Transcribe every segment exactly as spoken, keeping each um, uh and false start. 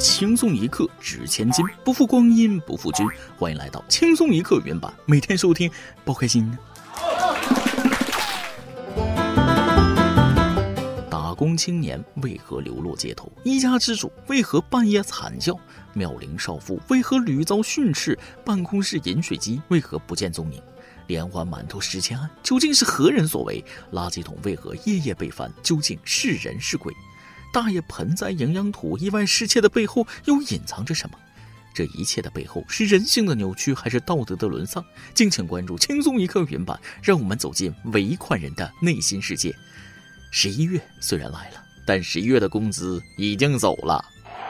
轻松一刻值千金，不负光阴不负君。欢迎来到轻松一刻原版，每天收听，包开心。打工青年为何流落街头？一家之主为何半夜惨叫？妙龄少妇为何屡遭训斥？办公室饮水机为何不见踪影？连环馒头失窃案究竟是何人所为？垃圾桶为何夜夜被翻？究竟是人是鬼？大爷盆栽营养土意外失窃的背后又隐藏着什么？这一切的背后是人性的扭曲还是道德的沦丧？敬请关注轻松一刻原版，让我们走进唯款人的内心世界。十一月虽然来了，但十一月的工资已经走了。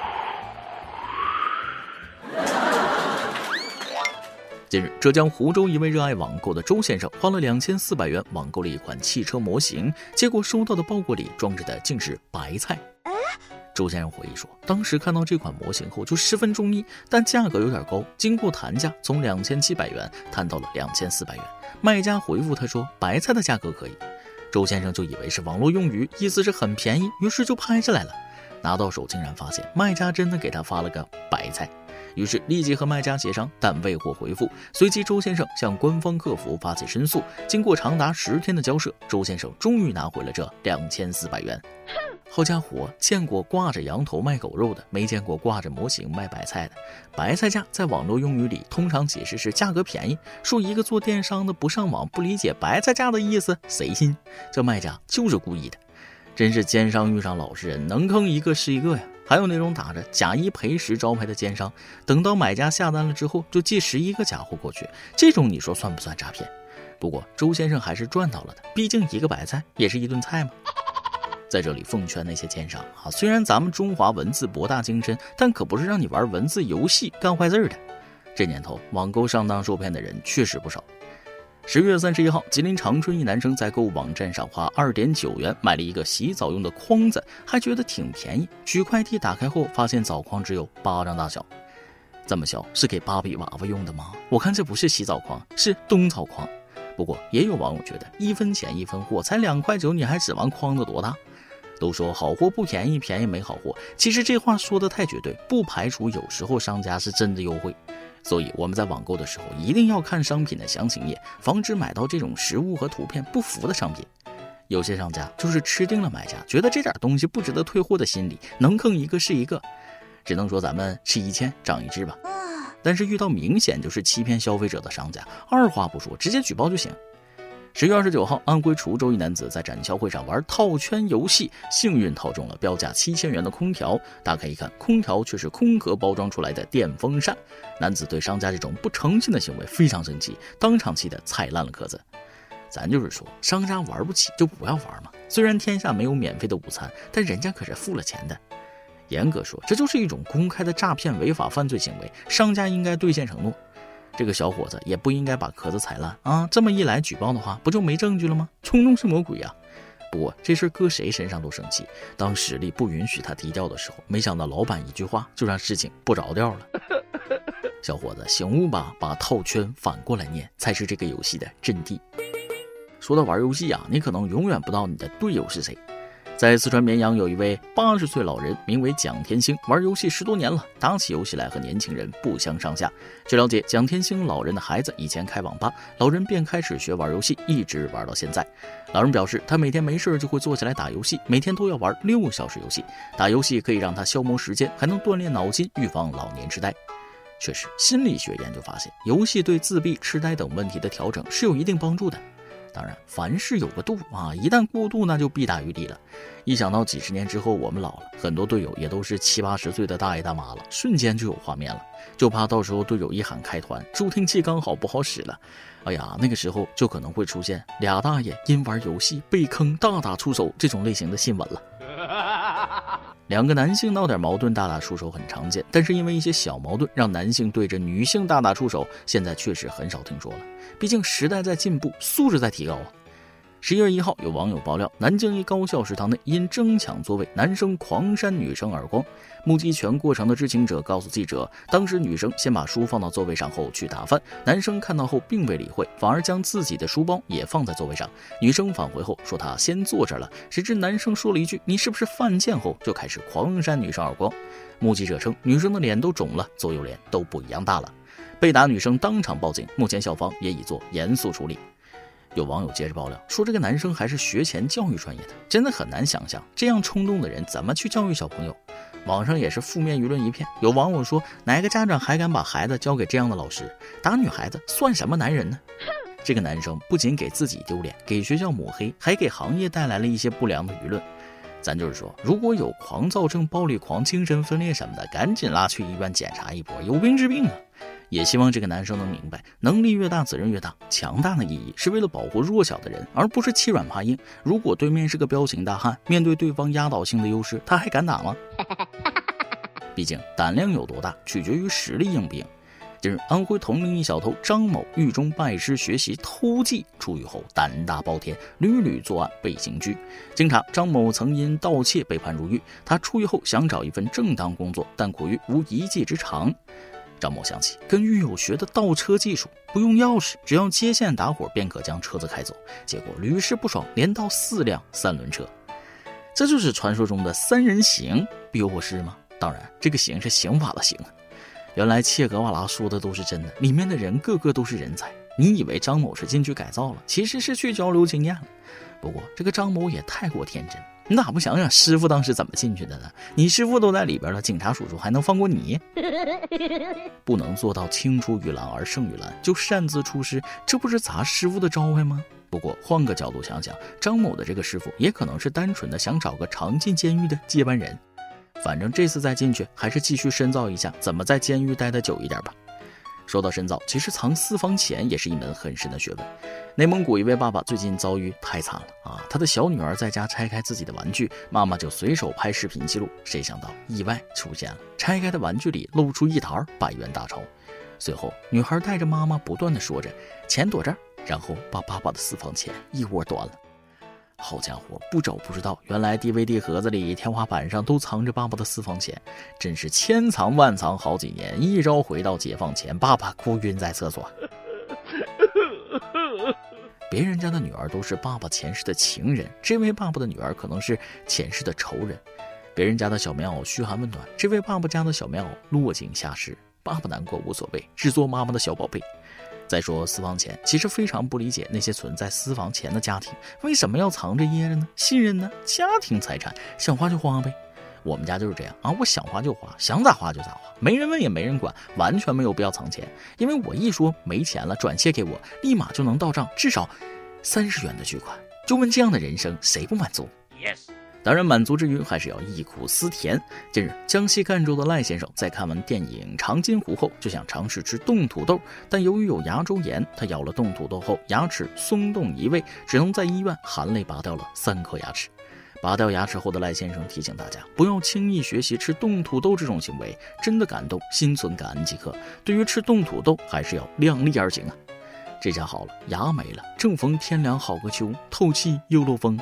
近日，浙江湖州一位热爱网购的周先生花了两千四百元网购了一款汽车模型，结果收到的包裹里装着的竟是白菜。周先生回忆说，当时看到这款模型后就十分中意，但价格有点高，经过谈价从两千七百元谈到了两千四百元。卖家回复他说白菜的价格可以，周先生就以为是网络用语，意思是很便宜，于是就拍下来了。拿到手竟然发现卖家真的给他发了个白菜，于是立即和卖家协商，但未获回复。随即周先生向官方客服发起申诉，经过长达十天的交涉，周先生终于拿回了这两千四百元。好家伙，见过挂着羊头卖狗肉的，没见过挂着模型卖白菜的。白菜价在网络用语里通常解释是价格便宜，说一个做电商的不上网不理解白菜价的意思，谁信？这卖家就是故意的。真是奸商遇上老实人，能坑一个是一个呀。还有那种打着假一赔十招牌的奸商，等到买家下单了之后就寄十一个假货过去，这种你说算不算诈骗？不过周先生还是赚到了的，毕竟一个白菜也是一顿菜嘛。在这里奉劝那些奸商啊，虽然咱们中华文字博大精深，但可不是让你玩文字游戏干坏事的。这年头网购上当受骗的人确实不少。十月三十一号，吉林长春一男生在购物网站上花二点九元买了一个洗澡用的筐子，还觉得挺便宜。取快递打开后，发现澡筐只有巴掌大小。这么小是给芭比娃娃用的吗？我看这不是洗澡筐，是冬草筐。不过也有网友觉得一分钱一分货，才两块九，你还指望筐子多大？都说好货不便宜，便宜没好货。其实这话说的太绝对，不排除有时候商家是真的优惠。所以我们在网购的时候一定要看商品的详情页，防止买到这种实物和图片不符的商品。有些商家就是吃定了买家觉得这点东西不值得退货的心理，能坑一个是一个。只能说咱们吃一堑长一智吧。但是遇到明显就是欺骗消费者的商家，二话不说直接举报就行。十月二十九号，安徽滁州一男子在展销会上玩套圈游戏，幸运套中了标价七千元的空调。打开一看，空调却是空壳包装出来的电风扇。男子对商家这种不诚信的行为非常生气，当场气得踩烂了壳子。咱就是说，商家玩不起就不要玩嘛。虽然天下没有免费的午餐，但人家可是付了钱的。严格说，这就是一种公开的诈骗违法犯罪行为，商家应该兑现承诺。这个小伙子也不应该把壳子踩烂啊！这么一来举报的话，不就没证据了吗？冲动是魔鬼啊！不过这事搁谁身上都生气。当实力不允许他低调的时候，没想到老板一句话就让事情不着调了。小伙子醒悟吧，把套圈反过来念才是这个游戏的真谛。说到玩游戏啊，你可能永远不知道你的队友是谁。在四川绵阳有一位八十岁老人，名为蒋天星，玩游戏十多年了，打起游戏来和年轻人不相上下。据了解，蒋天星老人的孩子以前开网吧，老人便开始学玩游戏，一直玩到现在。老人表示，他每天没事就会坐下来打游戏，每天都要玩六小时游戏。打游戏可以让他消磨时间，还能锻炼脑筋，预防老年痴呆。确实，心理学研究发现，游戏对自闭、痴呆等问题的调整是有一定帮助的。当然，凡事有个度啊，一旦过度，那就弊大于利了。一想到几十年之后我们老了，很多队友也都是七八十岁的大爷大妈了，瞬间就有画面了，就怕到时候队友一喊开团，助听器刚好不好使了，哎呀，那个时候就可能会出现俩大爷因玩游戏被坑大打出手这种类型的新闻了。两个男性闹点矛盾大打出手很常见，但是因为一些小矛盾让男性对着女性大打出手，现在确实很少听说了。毕竟时代在进步，素质在提高啊。 十一月一号，有网友爆料，南京一高校食堂内因争抢座位，男生狂扇女生耳光。目击全过程的知情者告诉记者，当时女生先把书放到座位上后去打饭，男生看到后并未理会，反而将自己的书包也放在座位上。女生返回后说她先坐着了，谁知男生说了一句你是不是犯贱后就开始狂扇女生耳光。目击者称，女生的脸都肿了，左右脸都不一样大了。被打女生当场报警，目前校方也已做严肃处理。有网友接着爆料说，这个男生还是学前教育专业的，真的很难想象这样冲动的人怎么去教育小朋友。网上也是负面舆论一片，有网友说，哪个家长还敢把孩子交给这样的老师？打女孩子算什么男人呢？这个男生不仅给自己丢脸，给学校抹黑，还给行业带来了一些不良的舆论。咱就是说，如果有狂躁症、暴力狂、精神分裂什么的，赶紧拉去医院检查一波，有病治病啊！也希望这个男生能明白，能力越大责任越大，强大的意义是为了保护弱小的人，而不是欺软怕硬。如果对面是个彪形大汉，面对对方压倒性的优势，他还敢打吗？毕竟胆量有多大取决于实力硬不硬。近日，安徽铜陵一小偷张某狱中拜师学习偷技，出狱后胆大包天，屡屡作案被刑拘。经查，张某曾因盗窃被判入狱，他出狱后想找一份正当工作，但苦于无一技之长。张某想起跟狱友学的盗车技术，不用钥匙，只要接线打火便可将车子开走，结果屡试不爽，连盗四辆三轮车。这就是传说中的三人行，比有我师吗？当然，这个行是刑法的刑。原来切格瓦拉说的都是真的，里面的人个个都是人才。你以为张某是进去改造了，其实是去交流经验了。不过这个张某也太过天真，你咋不想想师傅当时怎么进去的呢？你师傅都在里边了，警察叔叔还能放过你？不能做到青出于蓝而胜于蓝，就擅自出师，这不是砸师傅的招牌吗？不过换个角度想想，张某的这个师傅也可能是单纯的想找个常进监狱的接班人。反正这次再进去，还是继续深造一下怎么在监狱待得久一点吧。说到深造，其实藏私房钱也是一门很深的学问。内蒙古一位爸爸最近遭遇太惨了啊！他的小女儿在家拆开自己的玩具，妈妈就随手拍视频记录，谁想到意外出现了，拆开的玩具里露出一沓百元大钞。随后女孩带着妈妈不断的说着钱躲这儿，然后把爸爸的私房钱一窝端了。好家伙，不找不知道，原来 D V D 盒子里、天花板上都藏着爸爸的私房钱，真是千藏万藏好几年，一朝回到解放前，爸爸哭晕在厕所。别人家的女儿都是爸爸前世的情人，这位爸爸的女儿可能是前世的仇人。别人家的小棉袄嘘寒问暖，这位爸爸家的小棉袄落井下石。爸爸难过无所谓，只做妈妈的小宝贝。再说私房钱，其实非常不理解那些存在私房钱的家庭为什么要藏着掖着呢？信任呢？家庭财产，想花就花呗。我们家就是这样啊，我想花就花，想咋花就咋花，没人问也没人管，完全没有必要藏钱。因为我一说没钱了，转借给我，立马就能到账至少三十元的巨款。就问这样的人生，谁不满足？ Yes。当然，满足之余还是要忆苦思甜。近日，江西赣州的赖先生在看完电影《长津湖》后，就想尝试吃冻土豆，但由于有牙周炎，他咬了冻土豆后牙齿松动移位，只能在医院含泪拔掉了三颗牙齿。拔掉牙齿后的赖先生提醒大家，不要轻易学习吃冻土豆这种行为，真的感动，心存感恩即可。对于吃冻土豆，还是要量力而行啊。这下好了，牙没了，正逢天凉好个秋，透气又漏风。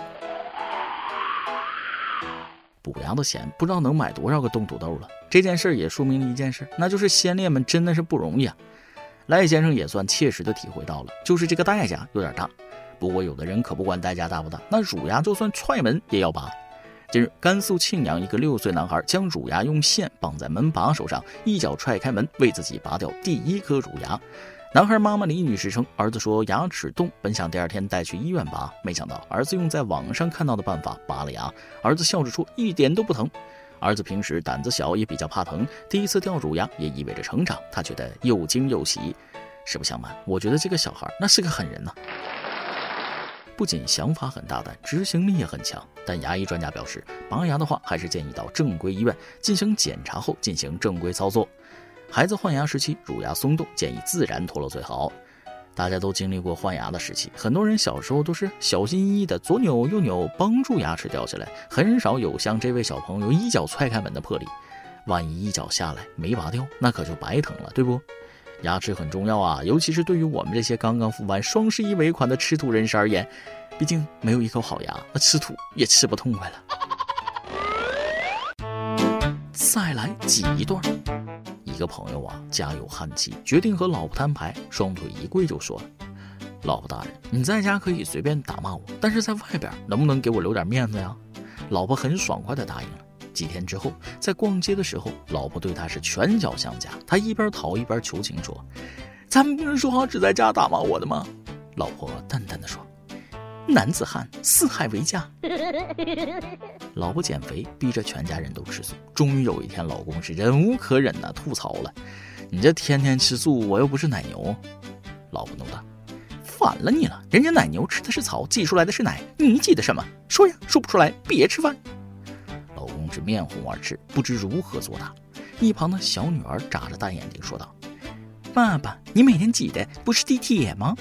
补牙的钱不知道能买多少个冻土豆了。这件事也说明了一件事，那就是先烈们真的是不容易啊。赖先生也算切实的体会到了，就是这个代价有点大。不过有的人可不管代价大不大，那乳牙就算踹门也要拔。近日，甘肃庆阳一个六岁男孩将乳牙用线绑在门把手上，一脚踹开门，为自己拔掉第一颗乳牙。男孩妈妈李女士称，儿子说牙齿痛，本想第二天带去医院拔，没想到儿子用在网上看到的办法拔了牙，儿子笑着说一点都不疼。儿子平时胆子小，也比较怕疼，第一次掉乳牙也意味着成长，他觉得又惊又喜。实不相瞒，我觉得这个小孩那是个狠人呐、啊。不仅想法很大胆，执行力也很强。但牙医专家表示，拔牙的话还是建议到正规医院进行检查后进行正规操作。孩子换牙时期乳牙松动，建议自然脱落最好。大家都经历过换牙的时期，很多人小时候都是小心翼翼的左扭右扭，帮助牙齿掉下来，很少有像这位小朋友一脚踹开门的魄力。万一一脚下来没拔掉，那可就白疼了，对不？牙齿很重要啊，尤其是对于我们这些刚刚付完双十一尾款的吃土人士而言。 毕竟没有一口好牙，那吃土也吃不痛快了。再来挤一段。一个朋友啊，家有悍气，决定和老婆摊牌，双腿一跪就说了：老婆大人，你在家可以随便打骂我，但是在外边能不能给我留点面子呀？老婆很爽快地答应了。几天之后，在逛街的时候，老婆对他是拳脚相加，他一边逃一边求情说：咱们不是说好只在家打骂我的吗？老婆淡淡地说：男子汉四海为家。老婆减肥逼着全家人都吃素，终于有一天老公是忍无可忍呐、啊，吐槽了：你这天天吃素，我又不是奶牛。老婆怒道：反了你了，人家奶牛吃的是草，挤出来的是奶，你挤的什么？说呀，说不出来别吃饭。老公是面红耳赤，不知如何作答。一旁的小女儿眨着大眼睛说道：爸爸，你每天挤的不是地铁吗？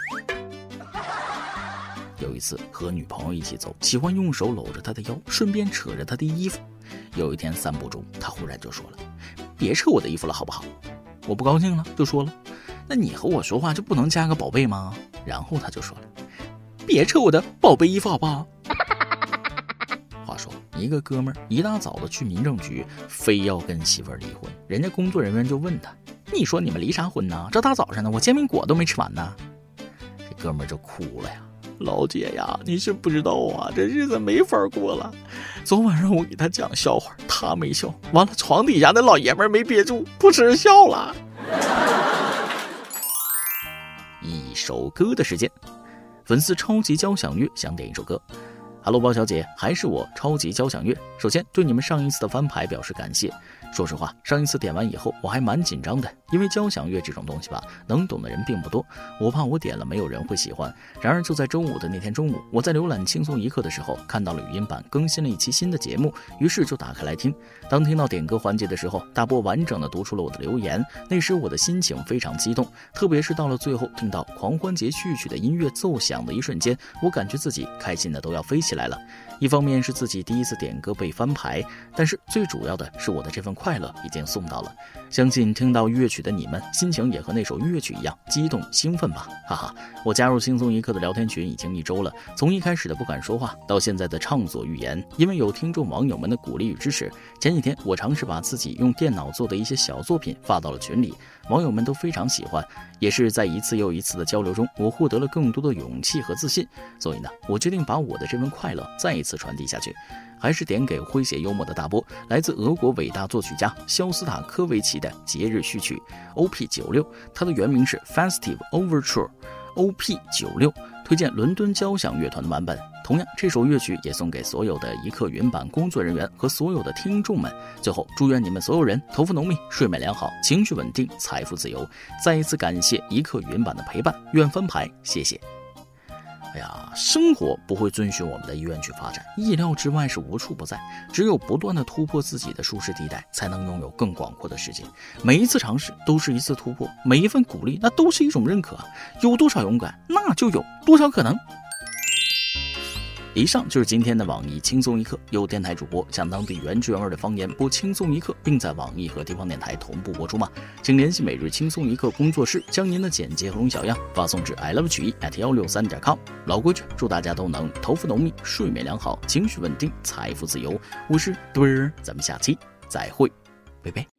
有一次和女朋友一起走，喜欢用手搂着她的腰，顺便扯着她的衣服。有一天散步中，她忽然就说了：别扯我的衣服了好不好？我不高兴了，就说了：那你和我说话就不能加个宝贝吗？然后她就说了：别扯我的宝贝衣服好不好？话说一个哥们儿一大早的去民政局，非要跟媳妇儿离婚，人家工作人员就问他：你说你们离啥婚呢？这大早上的我煎饼果都没吃完呢。这哥们儿就哭了呀：老姐呀，你是不知道啊，这日子没法过了。昨晚上我给他讲笑话，他没笑，完了床底下的老爷们没憋住，不吃笑了。一首歌的时间，粉丝超级交响乐想点一首歌。Hello， 包小姐，还是我超级交响乐。首先对你们上一次的翻牌表示感谢。说实话，上一次点完以后我还蛮紧张的，因为交响乐这种东西吧，能懂的人并不多，我怕我点了没有人会喜欢。然而就在周五的那天中午，我在浏览轻松一刻的时候，看到了语音版更新了一期新的节目，于是就打开来听。当听到点歌环节的时候，大波完整的读出了我的留言，那时我的心情非常激动，特别是到了最后听到狂欢节序曲的音乐奏响的一瞬间，我感觉自己开心的都要飞起来了。一方面是自己第一次点歌被翻牌，但是最主要的是我的这份快乐已经送到了。相信听到乐曲的你们心情也和那首乐曲一样激动兴奋吧，哈哈！我加入轻松一刻的聊天群已经一周了，从一开始的不敢说话到现在的畅所欲言，因为有听众网友们的鼓励与支持。前几天我尝试把自己用电脑做的一些小作品发到了群里，网友们都非常喜欢，也是在一次又一次的交流中，我获得了更多的勇气和自信。所以呢，我决定把我的这份快乐再一次传递下去。还是点给诙谐幽默的大波，来自俄国伟大作曲家肖斯塔科维奇的节日序曲 O P 九十六， 它的原名是 Festive Overture O P 九十六， 推荐伦敦交响乐团的版本。同样，这首乐曲也送给所有的一刻云版工作人员和所有的听众们。最后，祝愿你们所有人头发浓密，睡眠良好，情绪稳定，财富自由。再一次感谢一刻云版的陪伴，愿翻牌，谢谢。哎呀，生活不会遵循我们的意愿去发展，意料之外是无处不在，只有不断的突破自己的舒适地带，才能拥有更广阔的世界。每一次尝试都是一次突破，每一份鼓励那都是一种认可。有多少勇敢，那就有多少可能。以上就是今天的网易轻松一刻，由电台主播将当地原汁原味的方言播轻松一刻，并在网易和地方电台同步播出吗？请联系每日轻松一刻工作室，将您的简介和龙小样发送至 i love 曲艺 at 一六三点 com。 老规矩，祝大家都能头发浓密，睡眠良好，情绪稳定，财富自由。我是墩儿，咱们下期再会，拜拜。